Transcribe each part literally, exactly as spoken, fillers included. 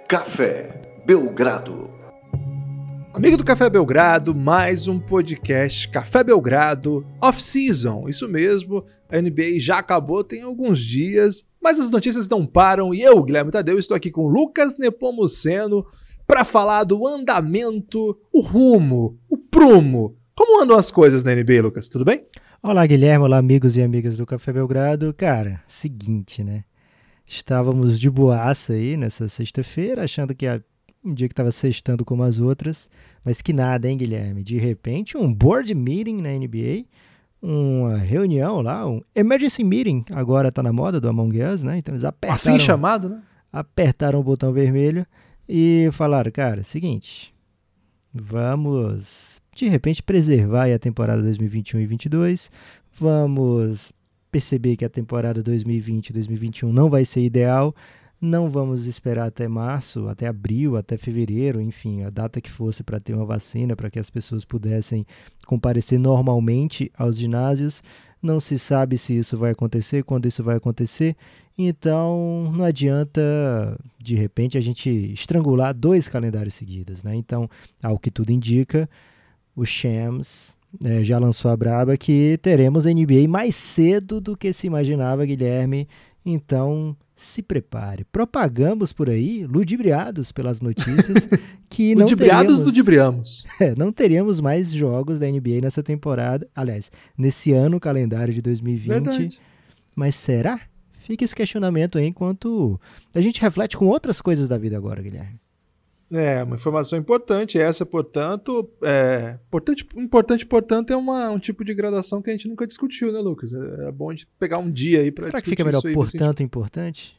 Café Belgrado. Amigo do Café Belgrado, mais um podcast Café Belgrado Off-Season. Isso mesmo, a N B A já acabou tem alguns dias, mas as notícias não param e eu, Guilherme Tadeu, estou aqui com o Lucas Nepomuceno para falar do andamento, o rumo, o prumo. Como andam as coisas na N B A, Lucas? Tudo bem? Olá, Guilherme. Olá, amigos e amigas do Café Belgrado. Cara, seguinte, né? Estávamos de boaça aí nessa sexta-feira, achando que era um dia que estava sextando como as outras, mas que nada, hein, Guilherme? De repente, um board meeting na N B A, uma reunião lá, um emergency meeting, agora tá na moda do Among Us, né? Então eles apertaram... Assim chamado, né? Apertaram o botão vermelho e falaram, cara, seguinte, vamos, de repente, preservar aí a temporada dois mil e vinte e um e vinte e dois, vamos perceber que a temporada dois mil e vinte e dois mil e vinte e um não vai ser ideal, não vamos esperar até março, até abril, até fevereiro, enfim, a data que fosse para ter uma vacina, para que as pessoas pudessem comparecer normalmente aos ginásios. Não se sabe se isso vai acontecer, quando isso vai acontecer, então não adianta, de repente, a gente estrangular dois calendários seguidos, né? Então, ao que tudo indica, o Shams É, já lançou a braba que teremos N B A mais cedo do que se imaginava, Guilherme. Então, se prepare. Propagamos por aí, ludibriados pelas notícias, que não Ludibriados, teríamos, ludibriamos. É, não teríamos mais jogos da N B A nessa temporada. Aliás, nesse ano, calendário de dois mil e vinte. Verdade. Mas será? Fica esse questionamento aí, enquanto a gente reflete com outras coisas da vida agora, Guilherme. É, uma informação importante essa, portanto, é, importante, importante, portanto, é uma, um tipo de gradação que a gente nunca discutiu, né, Lucas? É, é bom a gente pegar um dia aí para discutir. Será que fica melhor, isso aí, portanto, importante?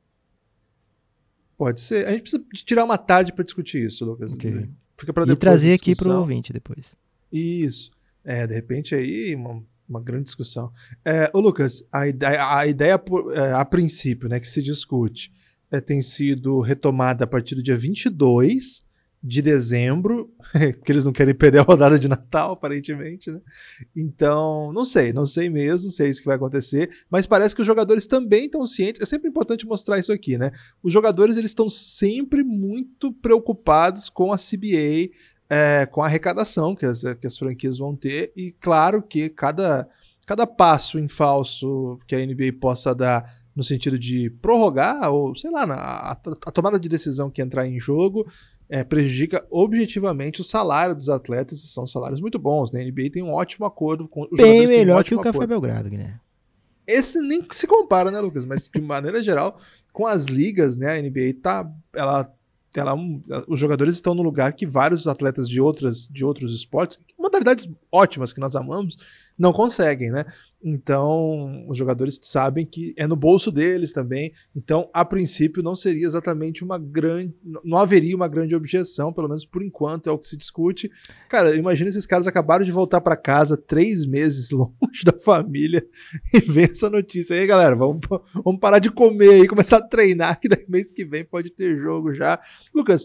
Pode ser. A gente precisa de tirar uma tarde para discutir isso, Lucas. Okay. Fica para E depois. trazer aqui para o ouvinte depois. Isso. É, de repente aí uma, uma grande discussão. É, ô Lucas, a ideia, a ideia é, a princípio, né, que se discute, É, tem sido retomada a partir do dia vinte e dois de dezembro, porque eles não querem perder a rodada de Natal, aparentemente, né? Então, não sei, não sei mesmo se é isso que vai acontecer, mas parece que os jogadores também estão cientes, é sempre importante mostrar isso aqui, né? Os jogadores, eles estão sempre muito preocupados com a C B A, é, com a arrecadação que as, que as franquias vão ter, e claro que cada, cada passo em falso que a N B A possa dar no sentido de prorrogar, ou sei lá, a, a tomada de decisão que entrar em jogo é, prejudica objetivamente o salário dos atletas, e são salários muito bons, né? A N B A tem um ótimo acordo com os Bem jogadores. Bem melhor um que o Café acordo. Belgrado, Guilherme. Esse nem se compara, né, Lucas? Mas de maneira geral, com as ligas, né, a N B A tá, ela, ela, os jogadores estão no lugar que vários atletas de, outras, de outros esportes, modalidades ótimas que nós amamos, não conseguem, né? Então, os jogadores sabem que é no bolso deles também. Então, a princípio, não seria exatamente uma grande... Não haveria uma grande objeção, pelo menos por enquanto, é o que se discute. Cara, imagina esses caras acabaram de voltar para casa três meses longe da família e ver essa notícia. E aí, galera, vamos, vamos parar de comer e começar a treinar, que daí mês que vem pode ter jogo já. Lucas,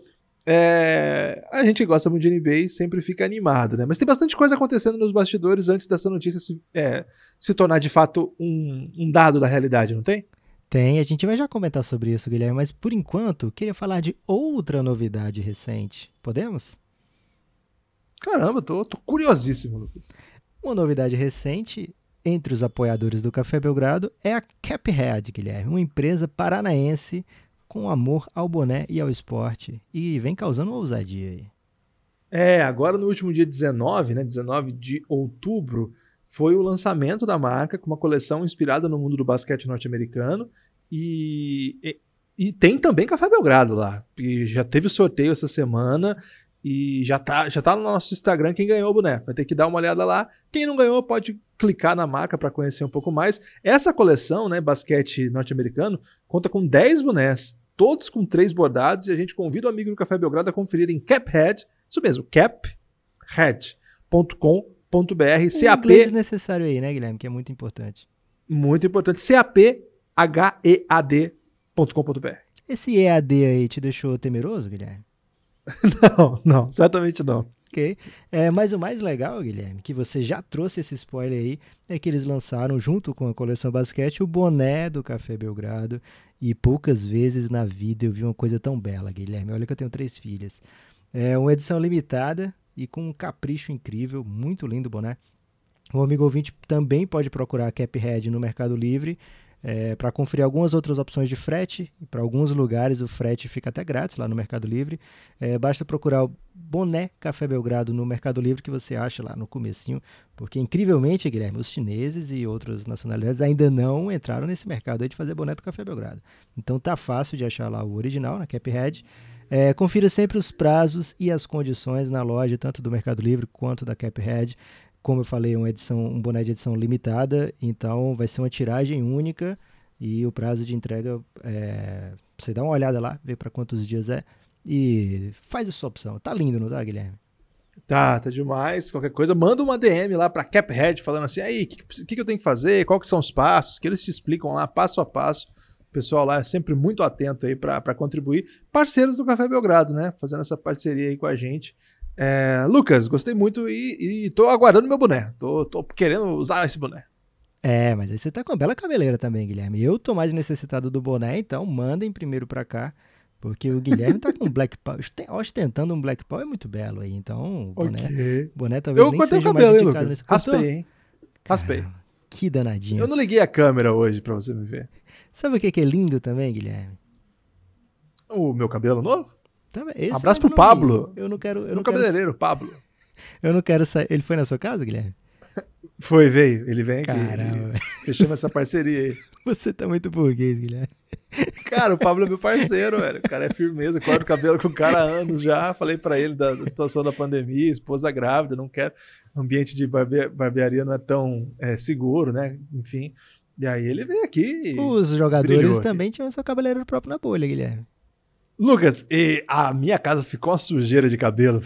É, a gente gosta muito de N B A, sempre fica animado, né? Mas tem bastante coisa acontecendo nos bastidores antes dessa notícia se, é, se tornar de fato um, um dado da realidade, não tem? Tem, a gente vai já comentar sobre isso, Guilherme, mas por enquanto, queria falar de outra novidade recente. Podemos? Caramba, tô, tô curiosíssimo, Lucas. Uma novidade recente entre os apoiadores do Café Belgrado é a Caphead, Guilherme, uma empresa paranaense com amor ao boné e ao esporte, e vem causando uma ousadia aí. É, agora no último dia dezenove, né, dezenove de outubro, foi o lançamento da marca com uma coleção inspirada no mundo do basquete norte-americano, e, e, e tem também Café Belgrado lá, e já teve o sorteio essa semana, e já tá, já tá no nosso Instagram quem ganhou o boné, vai ter que dar uma olhada lá, quem não ganhou pode clicar na marca para conhecer um pouco mais. Essa coleção, né, basquete norte-americano, conta com dez bonés, todos com três bordados, e a gente convida o amigo do Café Belgrado a conferir em Caphead, isso mesmo, caphead ponto com ponto b r. O inglês necessário aí, né, Guilherme, que é muito importante. Muito importante, C A P H E A D ponto com ponto b r. Esse E A D aí te deixou temeroso, Guilherme? Não, não, certamente não. Ok. É, mas o mais legal, Guilherme, que você já trouxe esse spoiler aí, é que eles lançaram, junto com a coleção basquete, o boné do Café Belgrado. e poucas vezes na vida eu vi uma coisa tão bela, Guilherme. Olha que eu tenho três filhas. É uma edição limitada e com um capricho incrível, muito lindo o boné. O amigo ouvinte também pode procurar a Caphead no Mercado Livre é, para conferir algumas outras opções de frete. Para alguns lugares o frete fica até grátis lá no Mercado Livre. É, basta procurar o boné Café Belgrado no Mercado Livre que você acha lá no comecinho, porque incrivelmente, Guilherme, os chineses e outras nacionalidades ainda não entraram nesse mercado aí de fazer boné do Café Belgrado. Então tá fácil de achar lá o original na Caphead. É, confira sempre os prazos e as condições na loja, tanto do Mercado Livre quanto da Caphead. Como eu falei, é uma edição, um boné de edição limitada, então vai ser uma tiragem única e o prazo de entrega, é, você dá uma olhada lá, vê para quantos dias é e faz a sua opção. Tá lindo, não tá, Guilherme? Tá, tá demais. Qualquer coisa, manda uma D M lá pra Caphead falando assim, aí, o que, que, que eu tenho que fazer? Qual que são os passos? Que eles te explicam lá, passo a passo. O pessoal lá é sempre muito atento aí pra, pra contribuir. Parceiros do Café Belgrado, né? Fazendo essa parceria aí com a gente. É, Lucas, gostei muito e, e tô aguardando meu boné. Tô, tô querendo usar esse boné. É, mas aí você tá com uma bela cabeleira também, Guilherme. Eu tô mais necessitado do boné, então mandem primeiro pra cá, porque o Guilherme tá com um Black Power, ostentando um Black Power é muito belo aí, então o boné, okay. boné talvez eu nem seja o mais cabelo, indicado hein, nesse... Raspei, hein? Raspei. Caramba, que danadinho. Eu não liguei a câmera hoje pra você me ver. Sabe o que é lindo também, Guilherme? O meu cabelo novo? Esse Abraço pro Pablo. Vi. Eu não quero. Eu meu não cabeleireiro, quero... Pablo. Eu não quero sair. Ele foi na sua casa, Guilherme? Foi, veio. Ele vem aqui. Caramba. Fechamos essa parceria aí. Você tá muito burguês, Guilherme. Cara, o Pablo é meu parceiro, velho. O cara é firmeza. Corto o cabelo com o cara há anos já. Falei pra ele da, da situação da pandemia, esposa grávida, não quero. O ambiente de barbe... barbearia não é tão é, seguro, né? Enfim. E aí ele veio aqui. Os jogadores também tinham seu cabeleireiro próprio na bolha, Guilherme. Lucas, e a minha casa ficou uma sujeira de cabelo.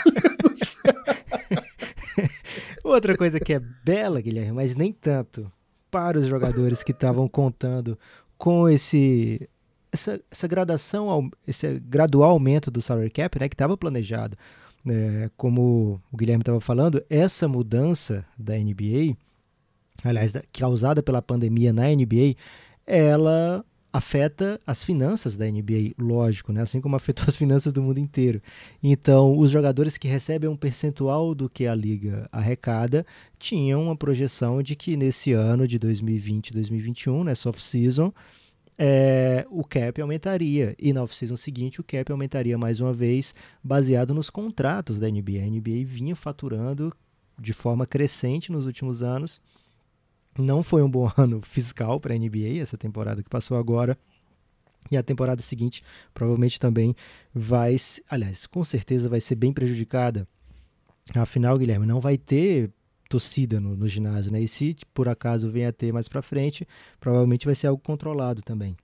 Outra coisa que é bela, Guilherme, mas nem tanto para os jogadores que estavam contando com esse essa, essa gradação, esse gradual aumento do salary cap, né, que estava planejado. É, como o Guilherme estava falando, essa mudança da N B A, aliás, causada pela pandemia na N B A, ela afeta as finanças da N B A, lógico, né? Assim como afetou as finanças do mundo inteiro. Então, os jogadores que recebem um percentual do que a liga arrecada tinham uma projeção de que nesse ano de dois mil e vinte, dois mil e vinte e um, nessa off-season, é, o cap aumentaria. E na off-season seguinte, o cap aumentaria mais uma vez, baseado nos contratos da N B A. A N B A vinha faturando de forma crescente nos últimos anos. Não foi um bom ano fiscal para a N B A, essa temporada que passou agora. E a temporada seguinte provavelmente também vai... Aliás, com certeza vai ser bem prejudicada. Afinal, Guilherme, não vai ter torcida no, no ginásio, né? E se por acaso venha a ter mais para frente, provavelmente vai ser algo controlado também.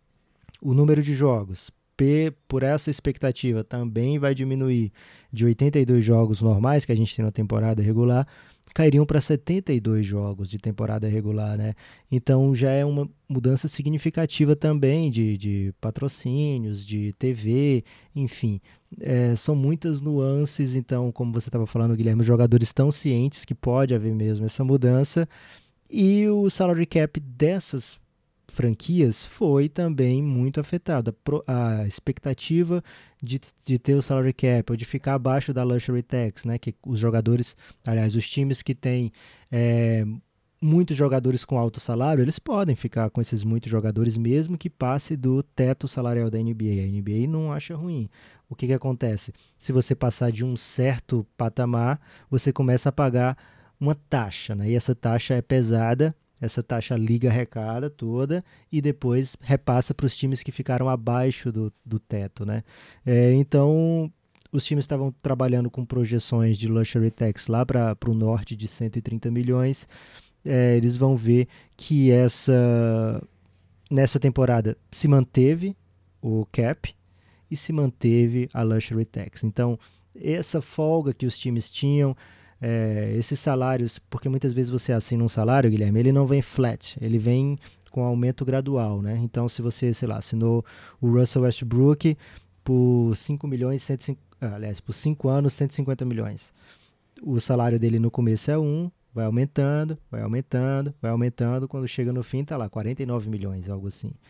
O número de jogos, P, por essa expectativa, também vai diminuir de oitenta e dois jogos normais que a gente tem na temporada regular, cairiam para setenta e dois jogos de temporada regular, né? Então já é uma mudança significativa também de, de patrocínios, de T V, enfim. É, são muitas nuances, então, como você estava falando, Guilherme, os jogadores estão cientes que pode haver mesmo essa mudança, e o salary cap dessas franquias foi também muito afetado. A, a expectativa de, de ter o salary cap ou de ficar abaixo da luxury tax, né, que os jogadores, aliás, os times que têm é, muitos jogadores com alto salário, eles podem ficar com esses muitos jogadores mesmo que passe do teto salarial da N B A. A N B A não acha ruim. O que, que acontece? Se você passar de um certo patamar, você começa a pagar uma taxa, né? E essa taxa é pesada. Essa taxa liga arrecada toda e depois repassa para os times que ficaram abaixo do, do teto, né? É, então, os times estavam trabalhando com projeções de luxury tax lá para o norte de cento e trinta milhões. É, eles vão ver que essa, nessa temporada se manteve o cap e se manteve a luxury tax. Então, essa folga que os times tinham, É, esses salários, porque muitas vezes você assina um salário, Guilherme, ele não vem flat, ele vem com aumento gradual, né? Então, se você, sei lá, assinou o Russell Westbrook por cinco milhões, cento e cinco, aliás, por cinco anos, cento e cinquenta milhões. O salário dele no começo é um, vai aumentando, vai aumentando, vai aumentando, quando chega no fim tá lá, quarenta e nove milhões, algo assim.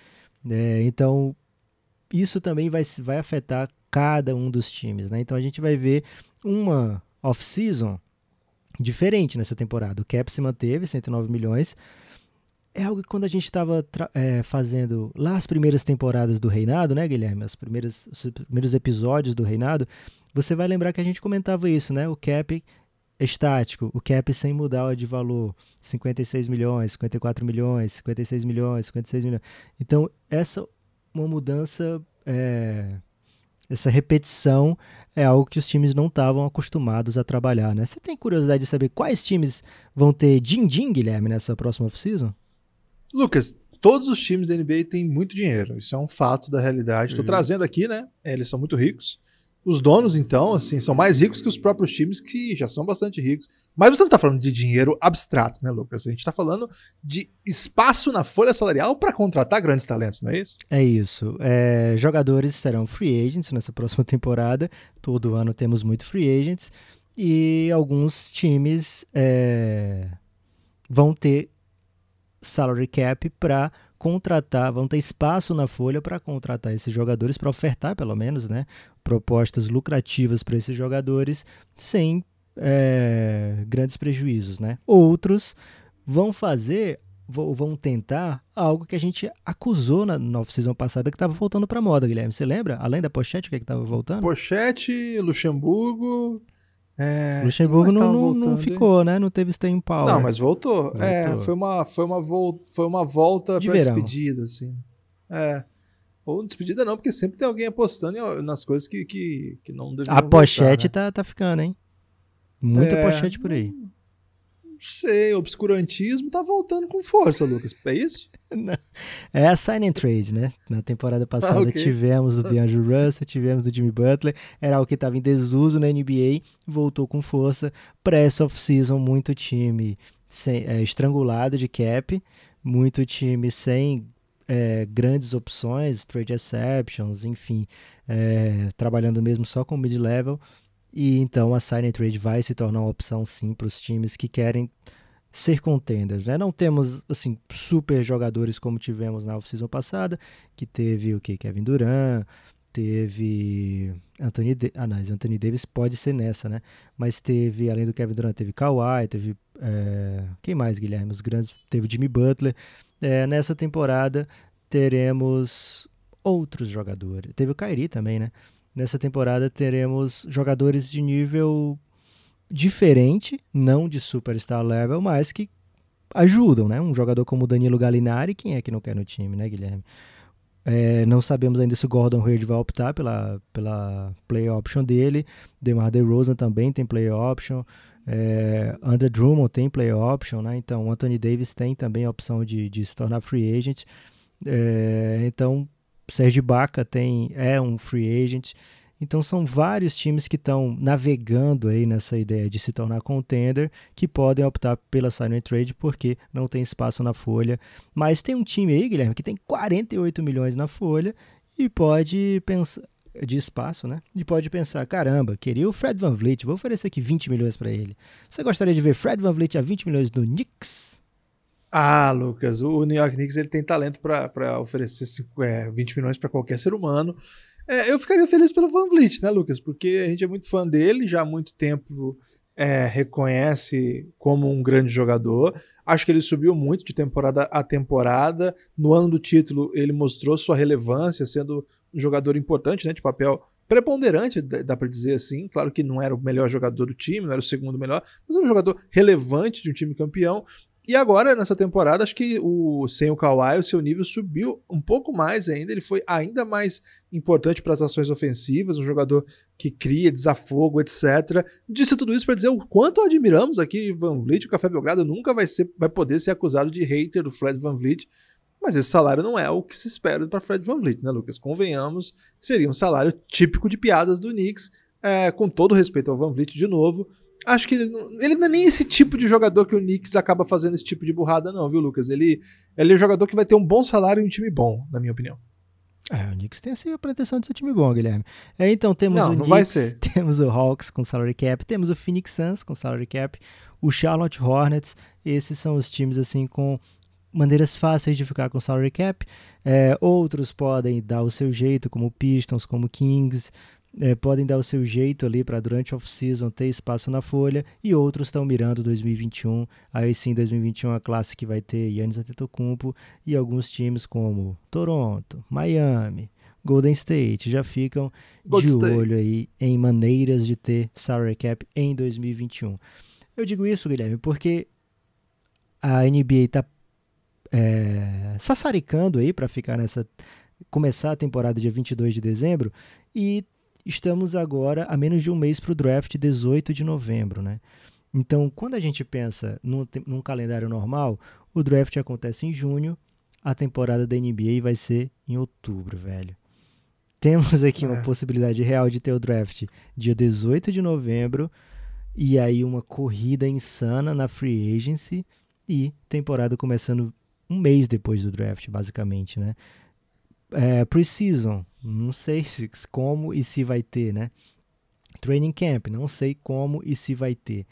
É, então, isso também vai, vai afetar cada um dos times, né? Então, a gente vai ver uma off-season diferente nessa temporada. O cap se manteve, cento e nove milhões. É algo que quando a gente estava é, fazendo lá as primeiras temporadas do Reinado, né, Guilherme? As primeiras, os primeiros episódios do Reinado, você vai lembrar que a gente comentava isso, né? O cap estático, o cap sem mudar de valor, cinquenta e seis milhões, cinquenta e quatro milhões, cinquenta e seis milhões, cinquenta e seis milhões. Então, essa uma mudança, é, essa repetição é algo que os times não estavam acostumados a trabalhar, né? Você tem curiosidade de saber quais times vão ter din-din, Guilherme, nessa próxima off-season? Lucas, todos os times da N B A têm muito dinheiro. Isso é um fato da realidade. Estou uhum. trazendo aqui, né? Eles são muito ricos. Os donos, então, assim, são mais ricos que os próprios times que já são bastante ricos. Mas você não está falando de dinheiro abstrato, né, Lucas? A gente está falando de espaço na folha salarial para contratar grandes talentos, não é isso? É isso. É, jogadores serão free agents nessa próxima temporada. Todo ano temos muito free agents. E alguns times é, vão ter salary cap para contratar, vão ter espaço na folha para contratar esses jogadores, para ofertar pelo menos, né, propostas lucrativas para esses jogadores sem é, grandes prejuízos, né? Outros vão fazer, vão tentar algo que a gente acusou na, na off-season passada que estava voltando para moda, Guilherme. Você lembra? Além da pochete, o que é estava voltando? Pochete, Luxemburgo. É, Luxemburgo não, não, não ficou, né? Não teve staying power. Não, mas voltou. voltou. É, foi uma, foi uma, vol- foi uma volta de pra verão. Despedida, assim. É. Ou despedida não, porque sempre tem alguém apostando em, nas coisas que, que, que não deveriam A pochete voltar, né? tá, tá ficando, hein? Muita é, pochete por aí. Não sei, obscurantismo tá voltando com força, Lucas. É isso? É a sign and trade, né? Na temporada passada ah, okay. tivemos o DeAndre Russell, tivemos o Jimmy Butler, era algo que estava em desuso na N B A, voltou com força. Para essa off-season, muito time sem, é, estrangulado de cap, muito time sem é, grandes opções, trade exceptions, enfim, é, trabalhando mesmo só com mid-level. E então a sign and trade vai se tornar uma opção sim para os times que querem ser contenders, né? Não temos, assim, super jogadores como tivemos na off-season passada, que teve o que? Kevin Durant, teve Anthony, da- ah, não, Anthony Davis pode ser nessa, né? Mas teve, além do Kevin Durant, teve Kawhi, teve, é... quem mais, Guilherme? Os grandes, teve Jimmy Butler. É, nessa temporada teremos outros jogadores. Teve o Kyrie também, né? Nessa temporada teremos jogadores de nível diferente, não de superstar level, mas que ajudam, né? Um jogador como o Danilo Gallinari, quem é que não quer no time, né, Guilherme? É, não sabemos ainda se o Gordon Hayward vai optar pela, pela play option dele. DeMar DeRozan também tem play option. É, Andre Drummond tem play option, né? Então o Anthony Davis tem também a opção de, de se tornar free agent. É, então Serge Ibaka tem, é um free agent. Então são vários times que estão navegando aí nessa ideia de se tornar contender, que podem optar pela sign and trade porque não tem espaço na folha. Mas tem um time aí, Guilherme, que tem quarenta e oito milhões na folha e pode pensar de espaço, né? E pode pensar, caramba, queria o Fred VanVleet, vou oferecer aqui vinte milhões para ele. Você gostaria de ver Fred VanVleet a vinte milhões no Knicks? Ah, Lucas, o New York Knicks ele tem talento para oferecer é, vinte milhões para qualquer ser humano. É, eu ficaria feliz pelo VanVleet, né, Lucas? Porque a gente é muito fã dele, já há muito tempo é, reconhece como um grande jogador. Acho que ele subiu muito de temporada a temporada. No ano do título, ele mostrou sua relevância, sendo um jogador importante, né, de papel preponderante, dá para dizer assim. Claro que não era o melhor jogador do time, não era o segundo melhor, mas era um jogador relevante de um time campeão. E agora, nessa temporada, acho que o, sem o Kawhi, o seu nível subiu um pouco mais ainda. Ele foi ainda mais importante para as ações ofensivas, um jogador que cria, desafogo, etcétera. Disse tudo isso para dizer o quanto admiramos aqui VanVleet. O Café Belgrado nunca vai, ser, vai poder ser acusado de hater do Fred VanVleet, mas esse salário não é o que se espera para Fred VanVleet, né, Lucas? Convenhamos, seria um salário típico de piadas do Knicks, é, com todo respeito ao VanVleet de novo. Acho que ele não, ele não é nem esse tipo de jogador que o Knicks acaba fazendo esse tipo de burrada não, viu, Lucas? Ele, ele é um jogador que vai ter um bom salário e um time bom, na minha opinião. É, o Knicks tem assim, a pretensão de ser time bom, Guilherme. É, então temos não, o não Knicks, vai ser. Temos o Hawks com salary cap, temos o Phoenix Suns com salary cap, o Charlotte Hornets. Esses são os times assim com maneiras fáceis de ficar com salary cap, é, outros podem dar o seu jeito, como Pistons, como Kings, é, podem dar o seu jeito ali para durante a off-season ter espaço na folha, e outros estão mirando dois mil e vinte e um, aí sim dois mil e vinte e um a classe que vai ter Giannis Antetokounmpo, e alguns times como Toronto, Miami, Golden State já ficam Gold de State. olho aí em maneiras de ter salary cap em dois mil e vinte e um. Eu digo isso, Guilherme, porque a N B A está é, sassaricando aí para ficar nessa, começar a temporada dia vinte e dois de dezembro, e estamos agora a menos de um mês para o draft, dezoito de novembro, né? Então, quando a gente pensa num, num calendário normal, o draft acontece em junho, a temporada da N B A vai ser em outubro, velho. Temos aqui é. uma possibilidade real de ter o draft dia dezoito de novembro, e aí uma corrida insana na free agency, e temporada começando um mês depois do draft, basicamente, né? É, pre-season, não sei se, como e se vai ter, né? Training camp, não sei como e se vai ter.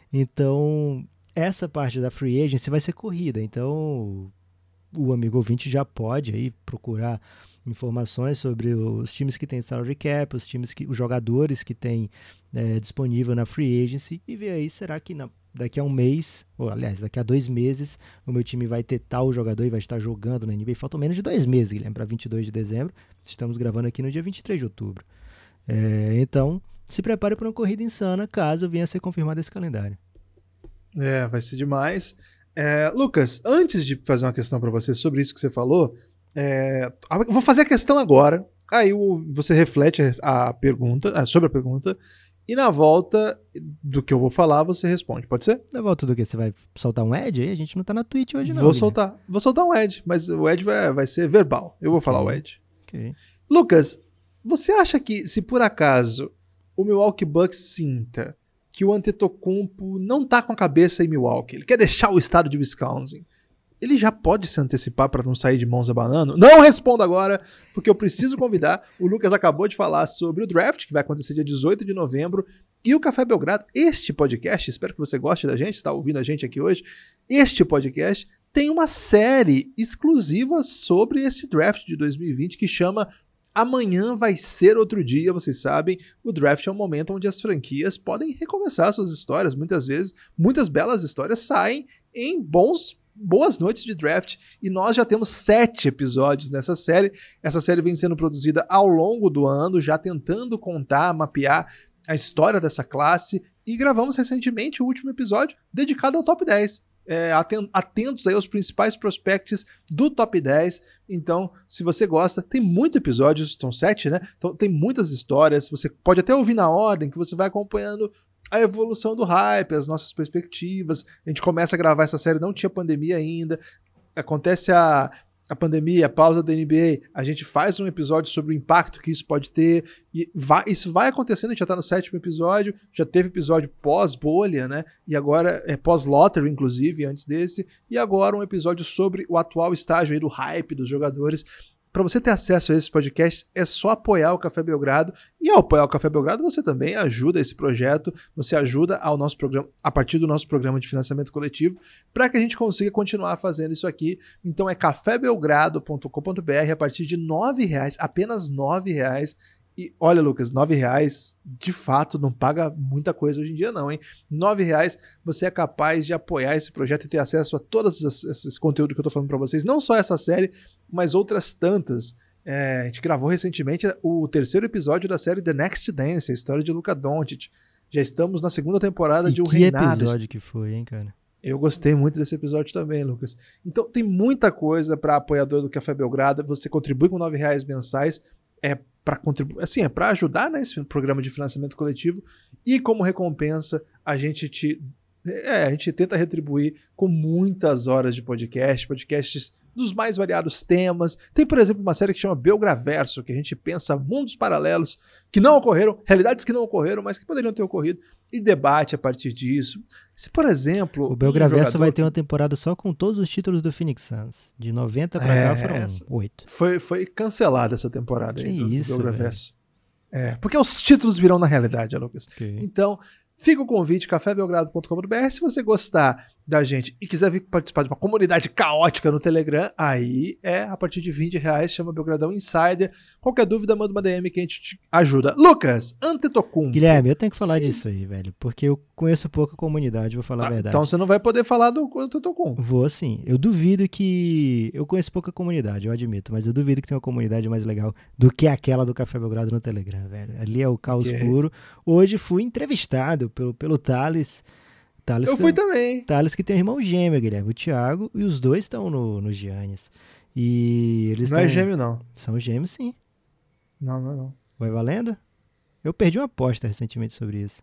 Então, essa parte da free agency vai ser corrida, então o amigo ouvinte já pode aí procurar informações sobre os times que têm salary cap, os times que, os jogadores que têm é, disponível na free agency, e ver aí, será que na, daqui a um mês, ou aliás, daqui a dois meses, o meu time vai ter tal jogador e vai estar jogando na N B A. Faltam menos de dois meses, Guilherme, para vinte e dois de dezembro. Estamos gravando aqui no dia vinte e três de outubro. É, então, se prepare para uma corrida insana, caso venha a ser confirmado esse calendário. É, vai ser demais. É, Lucas, antes de fazer uma questão para você sobre isso que você falou, é, eu vou fazer a questão agora, aí você reflete a pergunta, sobre a pergunta, e na volta do que eu vou falar, você responde, pode ser? Na volta do que? Você vai soltar um ad aí? A gente não tá na Twitch hoje, não. Vou soltar, vou soltar um ad, mas o ad vai, vai ser verbal, eu vou okay. falar o ad. Okay. Lucas, você acha que se por acaso o Milwaukee Bucks sinta que o Antetokounmpo não tá com a cabeça em Milwaukee, ele quer deixar o estado de Wisconsin, ele já pode se antecipar para não sair de mãos abanando? Não respondo agora, porque eu preciso convidar. O Lucas acabou de falar sobre o draft, que vai acontecer dia dezoito de novembro, e o Café Belgrado, este podcast, espero que você goste da gente, está ouvindo a gente aqui hoje, este podcast tem uma série exclusiva sobre esse draft de dois mil e vinte que chama Amanhã Vai Ser Outro Dia. Vocês sabem, o draft é um momento onde as franquias podem recomeçar suas histórias. Muitas vezes, muitas belas histórias saem em bons boas noites de draft, e nós já temos sete episódios nessa série. Essa série vem sendo produzida ao longo do ano, já tentando contar, mapear a história dessa classe, e gravamos recentemente o último episódio dedicado ao top dez. É, atentos aí aos principais prospects do top dez. Então, se você gosta, tem muitos episódios, são sete, né? Então tem muitas histórias, você pode até ouvir na ordem, que você vai acompanhando a evolução do hype, as nossas perspectivas. A gente começa a gravar essa série, não tinha pandemia ainda, acontece a, a pandemia, a pausa da N B A, a gente faz um episódio sobre o impacto que isso pode ter, e vai, isso vai acontecendo. A gente já tá no sétimo episódio, já teve episódio pós-bolha, né, e agora é pós-lottery, inclusive, antes desse, e agora um episódio sobre o atual estágio aí do hype dos jogadores. Para você ter acesso a esses podcasts, é só apoiar o Café Belgrado, e ao apoiar o Café Belgrado, você também ajuda esse projeto, você ajuda ao nosso programa, a partir do nosso programa de financiamento coletivo, para que a gente consiga continuar fazendo isso aqui. Então é café belgrado ponto com ponto b r a partir de nove reais, apenas nove reais. E olha, Lucas, nove reais de fato não paga muita coisa hoje em dia não, hein? nove reais você é capaz de apoiar esse projeto e ter acesso a todos esses conteúdos que eu tô falando para vocês, não só essa série, mas outras tantas. É, a gente gravou recentemente o terceiro episódio da série The Next Dance, a história de Luka Doncic. Já estamos na segunda temporada e de Um que Reinado. Que episódio que foi, hein, cara? Eu gostei muito desse episódio também, Lucas. Então tem muita coisa para apoiador do Café Belgrado. Você contribui com nove reais mensais, é para contribuir, assim, é para ajudar nesse programa de financiamento coletivo, e como recompensa a gente te é, a gente tenta retribuir com muitas horas de podcast, podcasts dos mais variados temas. Tem, por exemplo, uma série que chama Belgraverso, que a gente pensa mundos paralelos que não ocorreram, realidades que não ocorreram, mas que poderiam ter ocorrido, e debate a partir disso. Se, por exemplo... O Belgraverso um jogador... vai ter uma temporada só com todos os títulos do Phoenix Suns. De noventa pra é, cá foram oito. Foi, foi cancelada essa temporada que aí do, isso, do Belgraverso. É, porque os títulos virão na realidade, Lucas. Okay. Então, fica o convite, café belgrado ponto com ponto b r. Se você gostar da gente e quiser vir participar de uma comunidade caótica no Telegram, aí é a partir de vinte reais, chama Belgradão Insider. Qualquer dúvida, manda uma D M que a gente te ajuda. Lucas, Antetokounmpo. Guilherme, eu tenho que falar Sim. disso aí, velho, porque eu conheço pouco a comunidade, vou falar Ah, a verdade. então você não vai poder falar do Antetokounmpo. Vou sim. Eu duvido que... Eu conheço pouca comunidade, eu admito, mas eu duvido que tenha uma comunidade mais legal do que aquela do Café Belgrado no Telegram, velho. Ali é o caos Que? puro. Hoje fui entrevistado pelo, pelo Thales. Thales Eu que- fui também. Thales que tem um irmão gêmeo, Guilherme, o Thiago, e os dois estão no, no Giannis. E eles Não é tão- gêmeo, não. São gêmeos, sim. Não, não, não. Vai valendo? Eu perdi uma aposta recentemente sobre isso.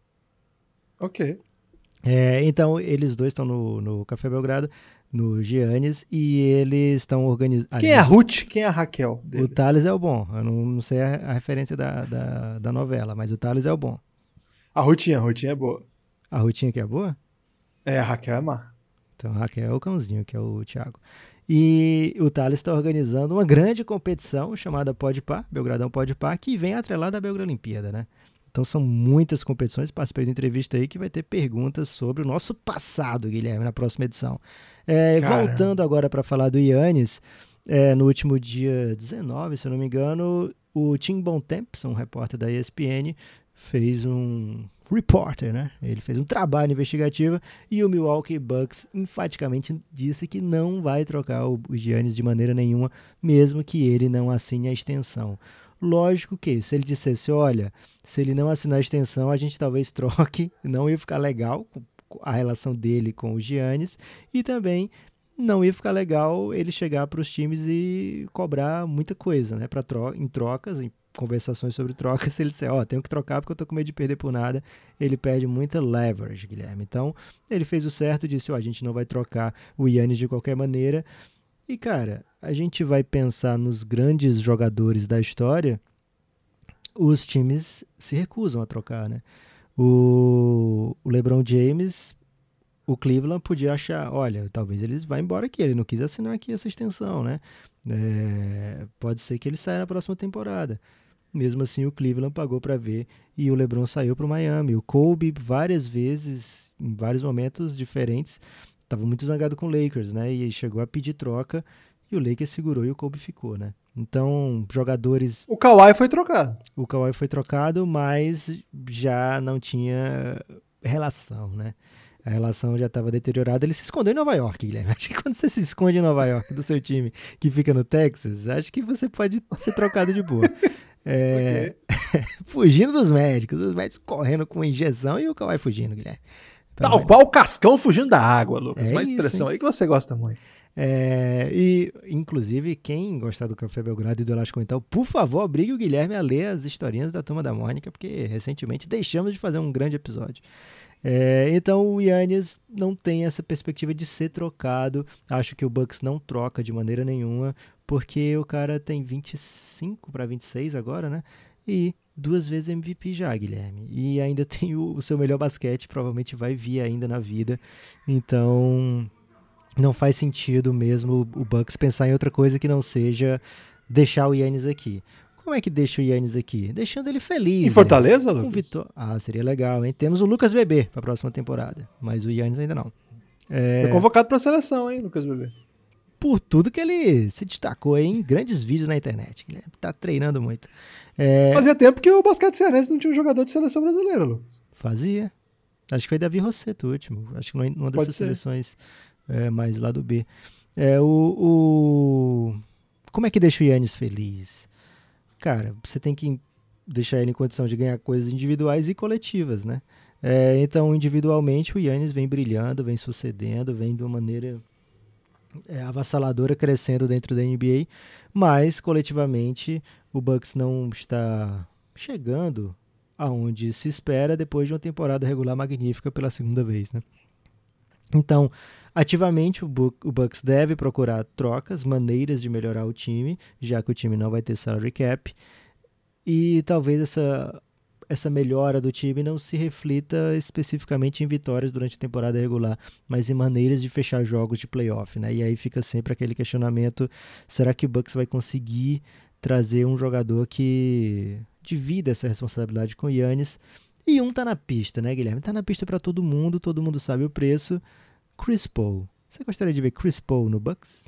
Ok. É, então, eles dois estão no, no Café Belgrado, no Giannis, e eles estão organizando... Quem é a Ruth? Quem é a Raquel? O dele? Thales é o bom. Eu não, não sei a, a referência da, da, da novela, mas o Thales é o bom. A Rutinha, a Rutinha é boa. A Rutinha que é boa? É, a Raquel é má. Então, a Raquel é o cãozinho, que é o Thiago. E o Thales está organizando uma grande competição chamada Podpah, Belgradão Podpah, que vem atrelada à Belgrolimpíada, né? Então são muitas competições, participei da entrevista aí que vai ter perguntas sobre o nosso passado, Guilherme, na próxima edição. É, Caramba. voltando agora para falar do Giannis, é, no último dia dezenove, se eu não me engano, o Tim Bontemps, um repórter da E S P N, fez um reporter, né? Ele fez um trabalho investigativo e o Milwaukee Bucks enfaticamente disse que não vai trocar o, o Giannis de maneira nenhuma, mesmo que ele não assine a extensão. Lógico que se ele dissesse, olha, se ele não assinar a extensão, a gente talvez troque, não ia ficar legal a relação dele com o Giannis e também não ia ficar legal ele chegar para os times e cobrar muita coisa, né? Pra tro- em trocas, em conversações sobre trocas, se ele disser, ó, oh, tenho que trocar porque eu tô com medo de perder por nada, ele perde muita leverage, Guilherme. Então, ele fez o certo, disse, ó, oh, a gente não vai trocar o Giannis de qualquer maneira. E, cara, a gente vai pensar nos grandes jogadores da história, os times se recusam a trocar, né? O, o LeBron James, o Cleveland podia achar, olha, talvez eles vá embora aqui, ele não quis assinar aqui essa extensão, né? É, pode ser que ele saia na próxima temporada. Mesmo assim, o Cleveland pagou para ver e o LeBron saiu para o Miami. O Kobe, várias vezes, em vários momentos diferentes, estava muito zangado com o Lakers, né? E chegou a pedir troca e o Lakers segurou e o Kobe ficou, né? Então, jogadores... O Kawhi foi trocado. O Kawhi foi trocado, mas já não tinha relação, né? A relação já estava deteriorada. Ele se escondeu em Nova York, Guilherme. Acho que quando você se esconde em Nova York do seu time que fica no Texas, acho que você pode ser trocado de boa. É... Okay. Fugindo dos médicos, os médicos correndo com injeção e o Kawhi fugindo, Guilherme. Então, Tal qual o Cascão fugindo da água, Lucas. É Uma isso, expressão hein? aí que você gosta muito. É, e, inclusive, quem gostar do Café Belgrado e do Elástico Mental, por favor, obrigue o Guilherme a ler as historinhas da Turma da Mônica, porque recentemente deixamos de fazer um grande episódio. É, então o Giannis não tem essa perspectiva de ser trocado. Acho que o Bucks não troca de maneira nenhuma, porque o cara tem vinte e cinco para vinte e seis agora, né? E duas vezes M V P já, Guilherme. E ainda tem o, o seu melhor basquete, provavelmente vai vir ainda na vida. Então não faz sentido mesmo o Bucks pensar em outra coisa que não seja deixar o Giannis aqui. Como é que deixa o Giannis aqui? Deixando ele feliz. Em Fortaleza, né? Lucas? Com Vitó- ah, seria legal, hein? Temos o Lucas Bebê para a próxima temporada, mas o Giannis ainda não. É... Foi convocado para a seleção, hein, Lucas Bebê? Por tudo que ele se destacou aí em grandes vídeos na internet. Ele tá treinando muito. É... Fazia tempo que o basquete cearense não tinha um jogador de seleção brasileira, Lucas. Fazia. Acho que foi Davi Rosseto o último. Acho que numa dessas seleções é, mais lá do B. É, o, o... Como é que deixa o Giannis feliz? Cara, você tem que deixar ele em condição de ganhar coisas individuais e coletivas, né? É, então, individualmente, o Giannis vem brilhando, vem sucedendo, vem de uma maneira é, avassaladora, crescendo dentro da N B A, mas, coletivamente, o Bucks não está chegando aonde se espera depois de uma temporada regular magnífica pela segunda vez, né? Então, ativamente, o Bucks deve procurar trocas, maneiras de melhorar o time, já que o time não vai ter salary cap, e talvez essa, essa melhora do time não se reflita especificamente em vitórias durante a temporada regular, mas em maneiras de fechar jogos de playoff, né? E aí fica sempre aquele questionamento, será que o Bucks vai conseguir trazer um jogador que divida essa responsabilidade com o Giannis? E um tá na pista, né, Guilherme? Tá na pista para todo mundo, todo mundo sabe o preço. Chris Paul. Você gostaria de ver Chris Paul no Bucks?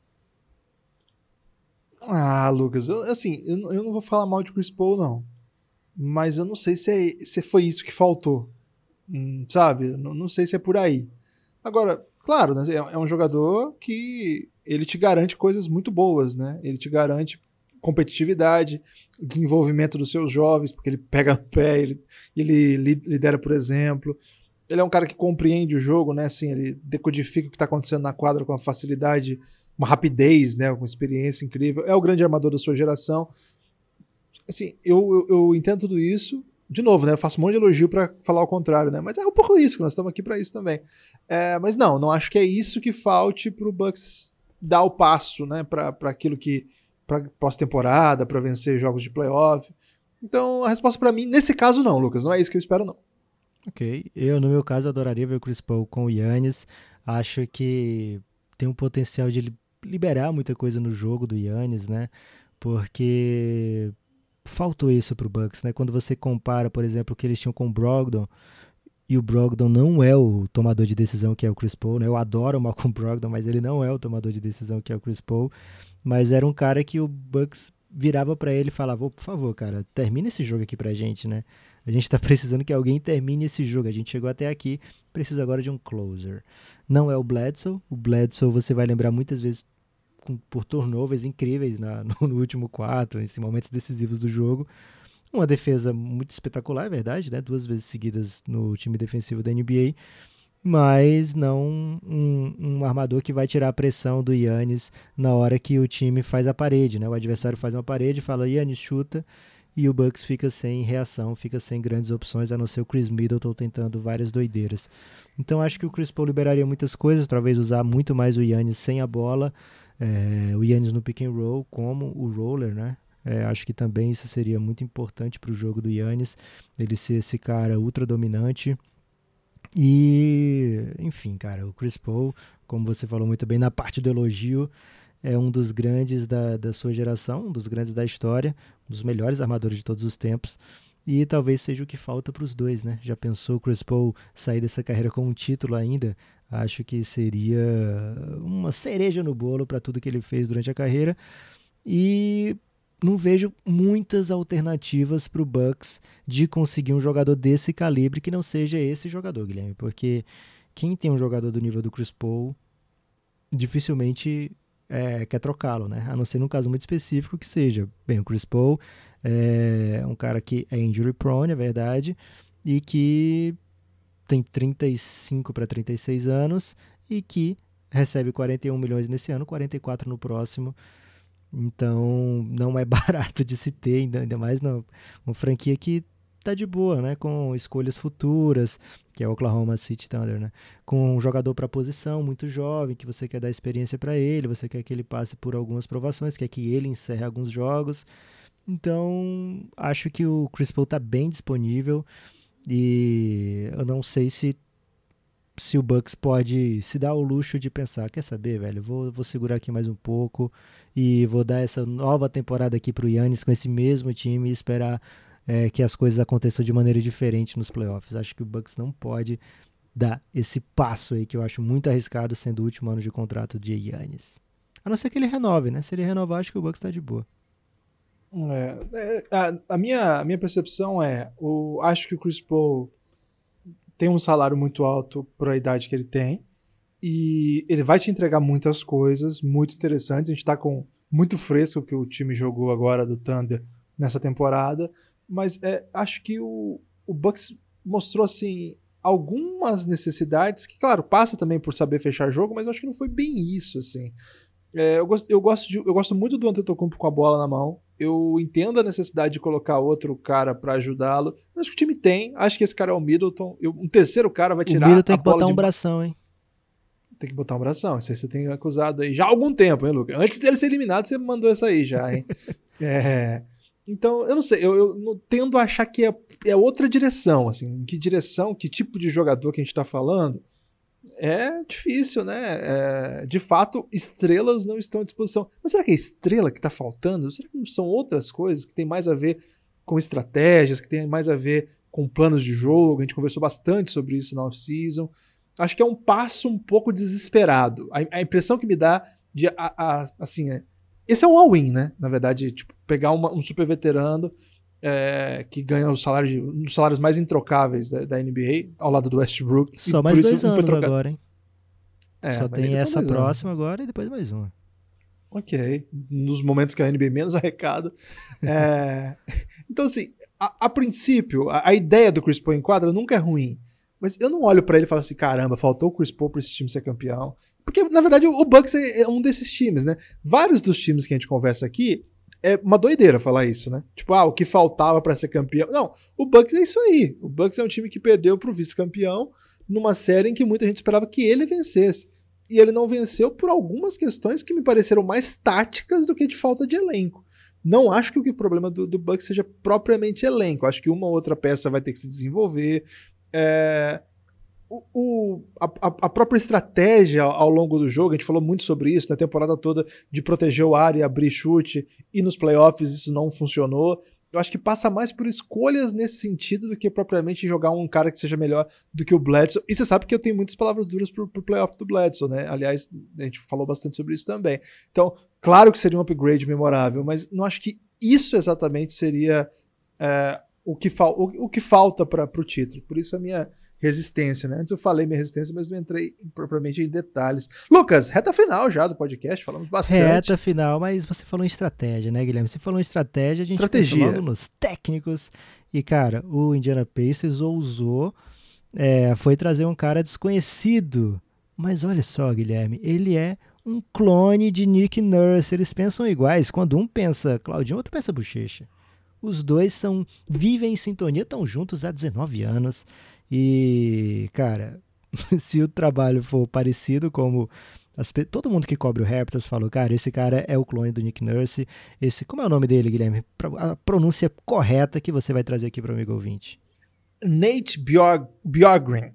Ah, Lucas, eu, assim, eu, eu não vou falar mal de Chris Paul, não. Mas eu não sei se, é, se foi isso que faltou. Hum, sabe? Não, não sei se é por aí. Agora, claro, né, é, é um jogador que ele te garante coisas muito boas, né? Ele te garante competitividade, desenvolvimento dos seus jovens, porque ele pega no pé, ele, ele lidera, por exemplo. Ele é um cara que compreende o jogo, né? Assim, ele decodifica o que está acontecendo na quadra com uma facilidade, uma rapidez, né? Com experiência incrível. É o grande armador da sua geração. Assim, eu, eu, eu entendo tudo isso. De novo, né? Eu faço um monte de elogio para falar o contrário, né? Mas é um pouco isso, que nós estamos aqui para isso também. É, mas não, não acho que é isso que falte para o Bucks dar o passo, né? Para aquilo que para pós-temporada, para vencer jogos de playoff. Então, a resposta para mim, nesse caso, não, Lucas. Não é isso que eu espero, não. Ok. Eu, no meu caso, adoraria ver o Chris Paul com o Giannis. Acho que tem um potencial de liberar muita coisa no jogo do Giannis, né? Porque faltou isso pro Bucks, né? Quando você compara, por exemplo, o que eles tinham com o Brogdon, e o Brogdon não é o tomador de decisão que é o Chris Paul, né? Eu adoro o Malcolm Brogdon, mas ele não é o tomador de decisão que é o Chris Paul. Mas era um cara que o Bucks virava pra ele e falava, oh, por favor, cara, termina esse jogo aqui pra gente, né? A gente tá precisando que alguém termine esse jogo. A gente chegou até aqui, precisa agora de um closer. Não é o Bledsoe. O Bledsoe você vai lembrar muitas vezes com, por turnovers incríveis na, no, no último quarto, em momentos decisivos do jogo. Uma defesa muito espetacular, é verdade, né? Duas vezes seguidas no time defensivo da N B A. Mas não um, um armador que vai tirar a pressão do Giannis na hora que o time faz a parede, né? O adversário faz uma parede, fala Giannis chuta, e o Bucks fica sem reação, fica sem grandes opções, a não ser o Chris Middleton tentando várias doideiras. Então acho que o Chris Paul liberaria muitas coisas, talvez usar muito mais o Giannis sem a bola, é, o Giannis no pick and roll como o roller, né? É, acho que também isso seria muito importante para o jogo do Giannis, ele ser esse cara ultra dominante. E, enfim, cara, o Chris Paul, como você falou muito bem, na parte do elogio, é um dos grandes da, da sua geração, um dos grandes da história, um dos melhores armadores de todos os tempos, e talvez seja o que falta para os dois, né? Já pensou o Chris Paul sair dessa carreira com um título ainda? Acho que seria uma cereja no bolo para tudo que ele fez durante a carreira, e não vejo muitas alternativas para o Bucks de conseguir um jogador desse calibre que não seja esse jogador, Guilherme, porque quem tem um jogador do nível do Chris Paul dificilmente é, quer trocá-lo, né? A não ser num caso muito específico que seja, bem, o Chris Paul é um cara que é injury prone, é verdade, e que tem trinta e cinco para trinta e seis anos e que recebe quarenta e um milhões nesse ano, quarenta e quatro no próximo. Então não é barato de se ter, ainda mais numa uma franquia que tá de boa, né? Com escolhas futuras, que é o Oklahoma City Thunder, né? Com um jogador para posição muito jovem, que você quer dar experiência para ele, você quer que ele passe por algumas provações, quer que ele encerre alguns jogos. Então acho que o Chris Paul tá bem disponível e eu não sei se se o Bucks pode se dar o luxo de pensar, quer saber, velho, vou, vou segurar aqui mais um pouco e vou dar essa nova temporada aqui pro Giannis com esse mesmo time e esperar é, que as coisas aconteçam de maneira diferente nos playoffs. Acho que o Bucks não pode dar esse passo aí, que eu acho muito arriscado, sendo o último ano de contrato de Giannis. A não ser que ele renove, né? Se ele renovar, acho que o Bucks tá de boa. É, é, a, a, minha, a minha percepção é, o, acho que o Chris Paul tem um salário muito alto para a idade que ele tem e ele vai te entregar muitas coisas muito interessantes. A gente está com muito fresco que o time jogou agora do Thunder nessa temporada, mas é, acho que o, o Bucks mostrou assim algumas necessidades que, claro, passa também por saber fechar jogo, mas eu acho que não foi bem isso, assim. É, eu, gosto, eu, gosto de, eu gosto muito do Antetokounmpo com a bola na mão. Eu entendo a necessidade de colocar outro cara pra ajudá-lo. Mas acho que o time tem. Acho que esse cara é o Middleton. Eu, um terceiro cara vai tirar. O Middleton tem a que bola botar de... um bração, hein? Tem que botar um bração. Isso aí você tem acusado aí já há algum tempo, hein, Lucas? Antes dele ser eliminado, você mandou essa aí já, hein? é... Então, eu não sei. Eu, eu tendo a achar que é, é outra direção. Assim, que direção, que tipo de jogador que a gente tá falando. É difícil, né? É, de fato, estrelas não estão à disposição. Mas será que é estrela que está faltando? Será que não são outras coisas que tem mais a ver com estratégias, que tem mais a ver com planos de jogo? A gente conversou bastante sobre isso na off-season. acho que é um passo um pouco desesperado. A, a impressão que me dá de, a, a, assim, é, esse é um all-in, né? Na verdade, tipo, pegar uma, um super veterano é, que ganha o salário de, um dos salários mais introcáveis da, da N B A, ao lado do Westbrook. Só mais dois anos agora, hein? É, Só tem essa próxima anos. agora e depois mais uma. Ok. Nos momentos que a N B A menos arrecada. é... Então, assim, a, a princípio, a, a ideia do Chris Paul em quadra nunca é ruim. Mas eu não olho pra ele e falo assim, caramba, faltou o Chris Paul pra esse time ser campeão. Porque, na verdade, o Bucks é um desses times, né? Vários dos times que a gente conversa aqui, é uma doideira falar isso, né? Tipo, ah, o que faltava pra ser campeão. Não, o Bucks é isso aí. O Bucks é um time que perdeu pro vice-campeão numa série em que muita gente esperava que ele vencesse. E ele não venceu por algumas questões que me pareceram mais táticas do que de falta de elenco. Não acho que o problema do, do Bucks seja propriamente elenco. Acho que uma ou outra peça vai ter que se desenvolver. É... O, o, a, a própria estratégia ao longo do jogo, a gente falou muito sobre isso na temporada toda, de proteger o ar e abrir chute, e nos playoffs isso não funcionou. Eu acho que passa mais por escolhas nesse sentido do que propriamente jogar um cara que seja melhor do que o Bledsoe. E você sabe que eu tenho muitas palavras duras pro, pro playoff do Bledsoe, né? Aliás, a gente falou bastante sobre isso também. Então, claro que seria um upgrade memorável, mas não acho que isso exatamente seria é, o, que o, o que falta para o título. Por isso a minha resistência, né? Antes eu falei minha resistência, mas não entrei propriamente em detalhes. Lucas, reta final já do podcast, falamos bastante. Reta final, mas você falou em estratégia, né, Guilherme? Você falou em estratégia, a gente Estratégia. pensou logo nos técnicos. E, cara, o Indiana Pacers ousou, é, foi trazer um cara desconhecido. Mas olha só, Guilherme, ele é um clone de Nick Nurse. Eles pensam iguais. Quando um pensa Claudinho, o outro pensa Bochecha. Os dois são, vivem em sintonia, estão juntos há dezenove anos. E, cara, se o trabalho for parecido como as, todo mundo que cobre o Raptors falou, cara, esse cara é o clone do Nick Nurse. Esse, como é o nome dele, Guilherme? A pronúncia correta que você vai trazer aqui para o amigo ouvinte. Nate Bjorg, Bjorgren.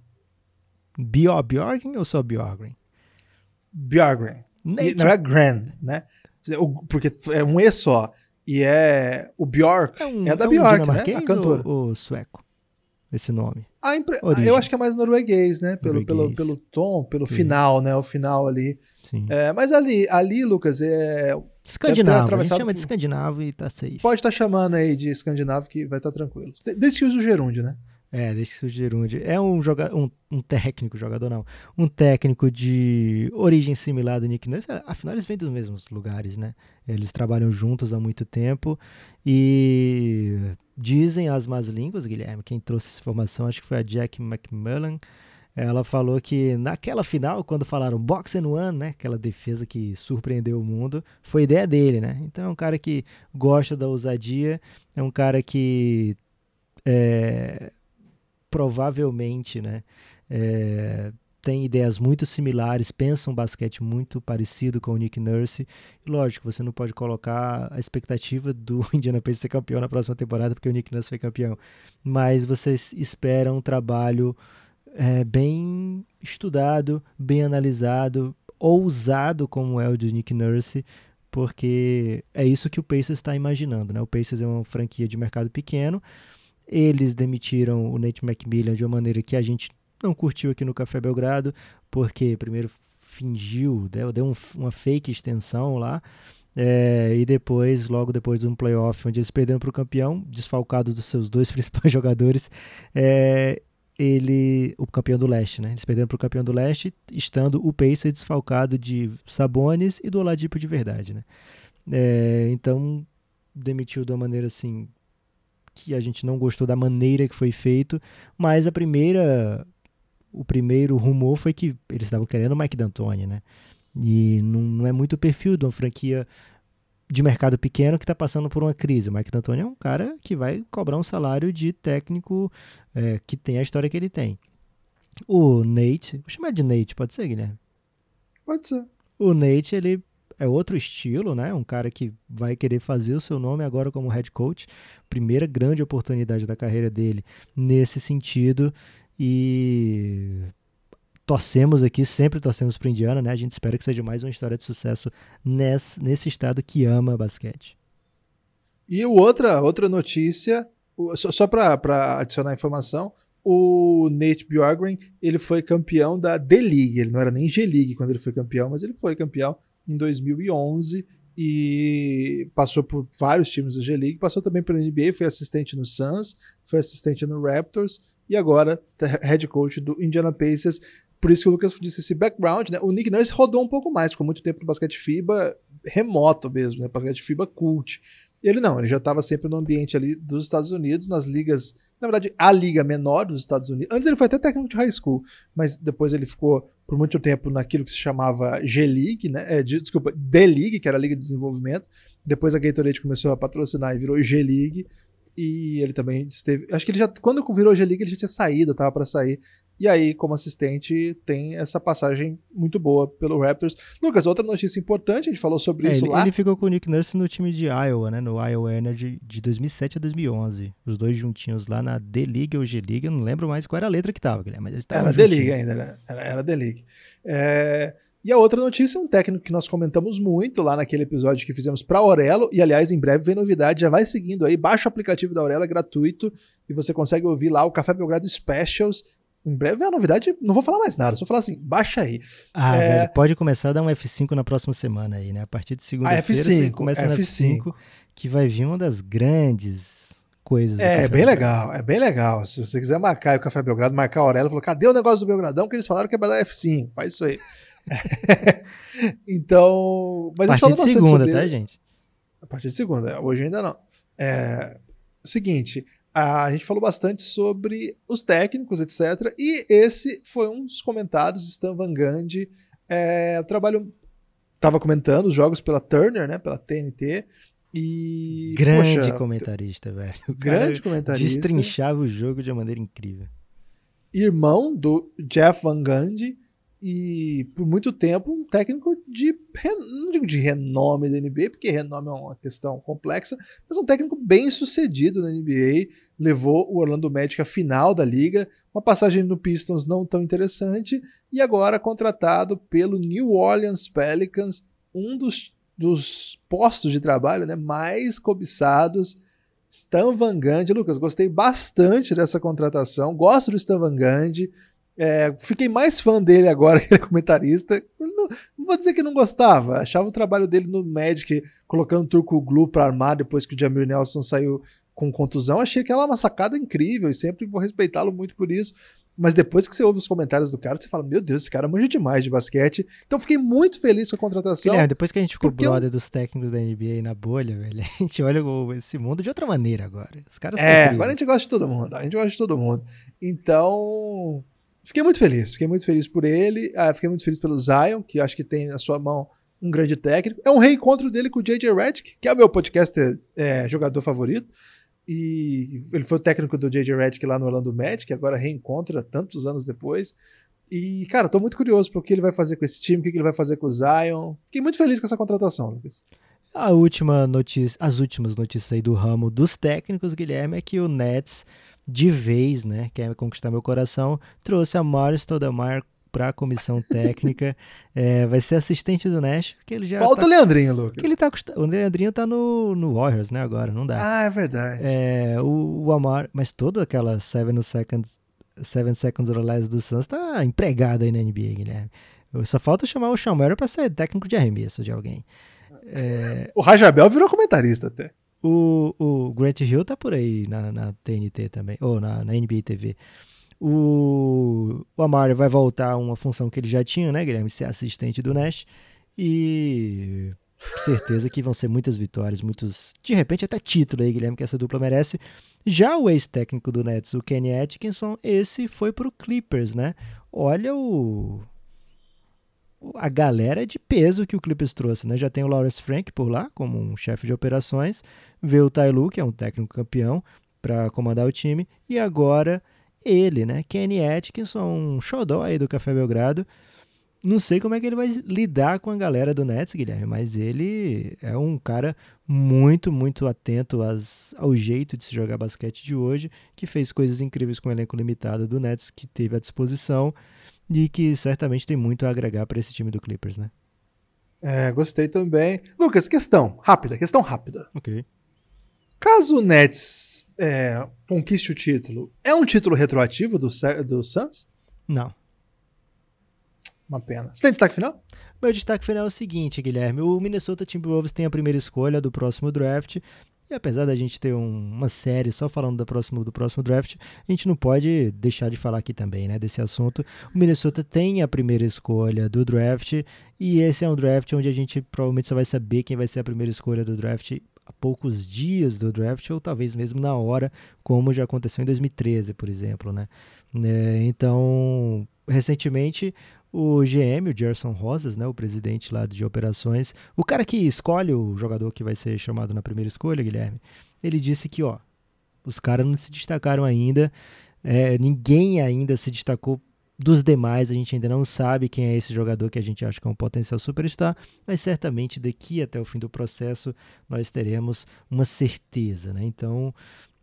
Bjor, Bjorgren ou só Bjorgren? Bjorgren. Nate... Não é Gran, né? Porque é um E só. E é o Bjork, é, um, é da é Bjork, um né? A cantora. Ou, ou sueco? Esse nome. A impre... Eu acho que é mais norueguês, né? Pelo, norueguês. pelo, pelo tom, pelo Sim. final, né? O final ali. Sim. É, mas ali, ali, Lucas, é... Escandinavo, a gente chama de escandinavo e tá safe. Pode estar tá chamando aí de escandinavo que vai estar tá tranquilo. Desde que use o gerúndio, né? É, desde que use o gerúndio. É um, joga... um, um técnico, jogador não, um técnico de origem similar do Nick Nurse. Afinal, eles vêm dos mesmos lugares, né? Eles trabalham juntos há muito tempo e... Dizem as más línguas, Guilherme, quem trouxe essa informação, acho que foi a Jack McMullen, ela falou que naquela final, quando falaram box and one, né, aquela defesa que surpreendeu o mundo, foi ideia dele, né? Então é um cara que gosta da ousadia, é um cara que é, provavelmente, né, é, tem ideias muito similares, pensa um basquete muito parecido com o Nick Nurse. E lógico, você não pode colocar a expectativa do Indiana Pacers ser campeão na próxima temporada, porque o Nick Nurse foi campeão. Mas você espera um trabalho é, bem estudado, bem analisado, ousado como é o do Nick Nurse, porque é isso que o Pacers está imaginando, né? O Pacers é uma franquia de mercado pequeno, eles demitiram o Nate McMillan de uma maneira que a gente não curtiu aqui no Café Belgrado, porque primeiro fingiu, deu, deu um, uma fake extensão lá, é, e depois, logo depois de um playoff, onde eles perderam para o campeão, desfalcado dos seus dois principais jogadores, é, ele, o campeão do leste, né? Eles perderam para o campeão do leste, estando o Pacers desfalcado de Sabonis e do Oladipo de verdade, né? É, então, demitiu de uma maneira assim, que a gente não gostou da maneira que foi feito, mas a primeira... O primeiro rumor foi que eles estavam querendo o Mike D'Antoni, né? E não, não é muito o perfil de uma franquia de mercado pequeno que está passando por uma crise. O Mike D'Antoni é um cara que vai cobrar um salário de técnico é, que tem a história que ele tem. O Nate, vou chamar de Nate, pode ser, Guilherme? Pode ser. O Nate, ele é outro estilo, né? Um cara que vai querer fazer o seu nome agora como head coach. Primeira grande oportunidade da carreira dele nesse sentido. E torcemos aqui, sempre torcemos para o Indiana, né? A gente espera que seja mais uma história de sucesso nesse, nesse estado que ama basquete. E outra, outra notícia, só, só para adicionar informação, o Nate Bjorkgren, ele foi campeão da D-League, ele não era nem G-League quando ele foi campeão, mas ele foi campeão em dois mil e onze e passou por vários times da G-League, passou também pela N B A, foi assistente no Suns, foi assistente no Raptors e agora head coach do Indiana Pacers. Por isso que o Lucas disse esse background, né? O Nick Nurse rodou um pouco mais, ficou muito tempo no basquete FIBA remoto mesmo, né? Basquete FIBA cult. E ele não, ele já estava sempre no ambiente ali dos Estados Unidos, nas ligas, na verdade, a liga menor dos Estados Unidos. Antes ele foi até técnico de high school, mas depois ele ficou por muito tempo naquilo que se chamava G-League, né? É, de, desculpa, D-League, que era a Liga de Desenvolvimento. Depois a Gatorade começou a patrocinar e virou G-League. E ele também esteve... Acho que ele já, quando virou G-League, ele já tinha saído, tava para sair. E aí, como assistente, tem essa passagem muito boa pelo Raptors. Lucas, outra notícia importante, a gente falou sobre é, isso ele, lá. Ele ficou com o Nick Nurse no time de Iowa, né? No Iowa Energy de dois mil e sete a dois mil e onze. Os dois juntinhos lá na D-League ou G-League. Eu não lembro mais qual era a letra que tava, Guilherme, mas eles estavam Era D-League ainda, né? Era, era D-League. É... E a outra notícia é um técnico que nós comentamos muito lá naquele episódio que fizemos para a Aurelo, e aliás, em breve vem novidade, já vai seguindo aí, baixa o aplicativo da Aurelo, é gratuito, e você consegue ouvir lá o Café Belgrado Specials. Em breve vem a novidade, não vou falar mais nada, só falar assim, baixa aí. Ah, é... velho, pode começar a dar um F cinco na próxima semana aí, né? A partir de segunda-feira ah, F cinco, você começa no F cinco, que vai vir uma das grandes coisas. É, bem legal, é bem legal. Se você quiser marcar o Café Belgrado, marcar a Aurelo, falou, cadê o negócio do Belgradão? Que eles falaram que é pra dar F cinco, faz isso aí. Então, mas a partir de segunda, sobre... tá, gente? A partir de segunda, hoje ainda não. É o seguinte, a gente falou bastante sobre os técnicos, etcétera. E esse foi um dos comentários, Stan Van Gundy. É, o trabalho estava comentando os jogos pela Turner, né, pela T N T. E grande poxa, comentarista, velho. O grande comentarista. Destrinchava o jogo de uma maneira incrível. Irmão do Jeff Van Gundy. E por muito tempo um técnico de, não digo de renome da N B A, porque renome é uma questão complexa, mas um técnico bem sucedido na N B A, levou o Orlando Magic à final da liga, uma passagem no Pistons não tão interessante, e agora contratado pelo New Orleans Pelicans, um dos, dos postos de trabalho, né, mais cobiçados. Stan Van Gundy. Lucas, gostei bastante dessa contratação, gosto do Stan Van Gundy. É, fiquei mais fã dele agora que ele é comentarista. Não, não vou dizer que não gostava, achava o trabalho dele no Magic, colocando o Turco Glue para armar depois que o Jameer Nelson saiu com contusão. Achei que ela uma sacada incrível e sempre vou respeitá-lo muito por isso. Mas depois que você ouve os comentários do cara, você fala, meu Deus, esse cara manja demais de basquete. Então fiquei muito feliz com a contratação. Guilherme, depois que a gente ficou brother eu... dos técnicos da N B A na bolha, velho, a gente olha esse mundo de outra maneira agora. Os caras são É, incríveis. agora a gente gosta de todo mundo. A gente gosta de todo mundo. Então... Fiquei muito feliz, fiquei muito feliz por ele, ah, fiquei muito feliz pelo Zion, que acho que tem na sua mão um grande técnico. É um reencontro dele com o J J Redick, que é o meu podcaster é, jogador favorito, e ele foi o técnico do J J Redick lá no Orlando Magic, que agora reencontra tantos anos depois. E, cara, tô muito curioso para o que ele vai fazer com esse time, o que ele vai fazer com o Zion. Fiquei muito feliz com essa contratação, Lucas. A última notícia, as últimas notícias aí do ramo dos técnicos, Guilherme, é que o Nets, de vez, né, quer conquistar meu coração, trouxe a Amar'e Stoudemire para a comissão técnica, é, vai ser assistente do Nash, que ele já falta tá, o Leandrinho, Lucas. Que ele tá, o Leandrinho tá no, no Warriors, né, agora, não dá. Ah, é verdade. É, o, o Amar'e, mas toda aquela seven seconds, seven seconds or less do Suns tá empregado aí na N B A, Guilherme. Só falta chamar o Sean Merrill para ser técnico de arremesso de alguém. É, o Rajabel virou comentarista até. O, o Grant Hill tá por aí na, na T N T também, ou na, na N B A T V. O, o Amar'e vai voltar a uma função que ele já tinha, né, Guilherme? Ser assistente do Nash. E certeza que vão ser muitas vitórias, muitos, de repente até título aí, Guilherme, que essa dupla merece. Já o ex-técnico do Nets, o Kenny Atkinson, esse foi pro Clippers, né? Olha o... a galera de peso que o Clippers trouxe, né? Já tem o Lawrence Frank por lá, como um chefe de operações, veio o Ty Lue, que é um técnico campeão, para comandar o time, e agora ele, né? Kenny Atkinson, um xodó aí do Café Belgrado. Não sei como é que ele vai lidar com a galera do Nets, Guilherme, mas ele é um cara muito, muito atento às, ao jeito de se jogar basquete de hoje, que fez coisas incríveis com o elenco limitado do Nets, que teve à disposição, e que certamente tem muito a agregar para esse time do Clippers, né? É, gostei também. Lucas, questão rápida, questão rápida. Ok. Caso o Nets é, conquiste o título, é um título retroativo do, do Suns? Não. Uma pena. Você tem destaque final? Meu destaque final é o seguinte, Guilherme. O Minnesota Timberwolves tem a primeira escolha do próximo draft. E apesar da gente ter um, uma série só falando do próximo, do próximo draft, a gente não pode deixar de falar aqui também, né, desse assunto. O Minnesota tem a primeira escolha do draft. E esse é um draft onde a gente provavelmente só vai saber quem vai ser a primeira escolha do draft a poucos dias do draft, ou talvez mesmo na hora, como já aconteceu em dois mil e treze, por exemplo, né? É, então, recentemente, o G M, o Gerson Rosas, né, o presidente lá de operações, o cara que escolhe o jogador que vai ser chamado na primeira escolha, Guilherme, ele disse que, ó, os caras não se destacaram ainda, é, ninguém ainda se destacou dos demais, a gente ainda não sabe quem é esse jogador que a gente acha que é um potencial superstar, mas certamente daqui até o fim do processo nós teremos uma certeza, né? Então,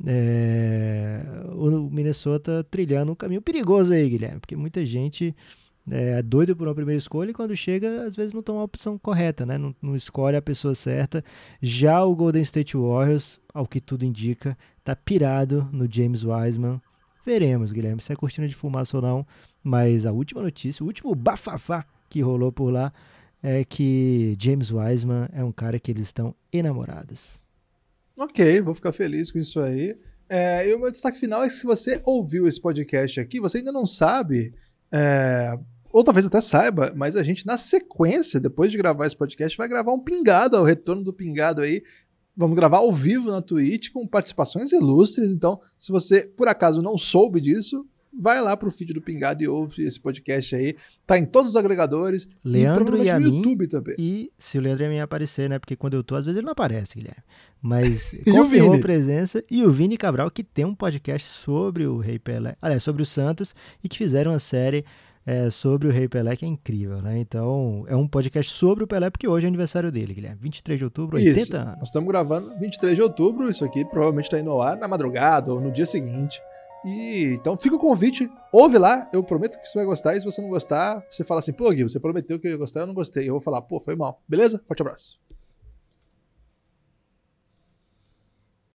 é, o Minnesota trilhando um caminho perigoso aí, Guilherme, porque muita gente é doido por uma primeira escolha e quando chega, às vezes não toma a opção correta, né? Não, não escolhe a pessoa certa. Já o Golden State Warriors, ao que tudo indica, tá pirado no James Wiseman. Veremos, Guilherme, se é cortina de fumaça ou não, mas a última notícia, o último bafafá que rolou por lá é que James Wiseman é um cara que eles estão enamorados. Ok, vou ficar feliz com isso aí. É, e o meu destaque final é que se você ouviu esse podcast aqui, você ainda não sabe, é, ou talvez até saiba, mas a gente na sequência, depois de gravar esse podcast, vai gravar um Pingado, o retorno do Pingado aí. Vamos gravar ao vivo na Twitch com participações ilustres, então se você por acaso não soube disso, vai lá pro feed do Pingado e ouve esse podcast aí. Tá em todos os agregadores. Leandro e, e a no mim, YouTube também. E se o Leandro e a mim aparecer, né? Porque quando eu tô, às vezes ele não aparece, Guilherme. Mas E confirmou o a Vini? presença. E o Vini Cabral, que tem um podcast sobre o Rei Pelé. Aliás, sobre o Santos. E que fizeram uma série é, sobre o Rei Pelé, que é incrível, né? Então, é um podcast sobre o Pelé, porque hoje é aniversário dele, Guilherme. vinte e três de outubro, oitenta Isso. anos. Nós estamos gravando vinte e três de outubro. Isso aqui provavelmente tá indo ao ar na madrugada ou no dia seguinte. E então fica o convite, ouve lá, eu prometo que você vai gostar, e se você não gostar, você fala assim, pô Gui, você prometeu que eu ia gostar, eu não gostei, eu vou falar, pô, foi mal, beleza? Forte abraço.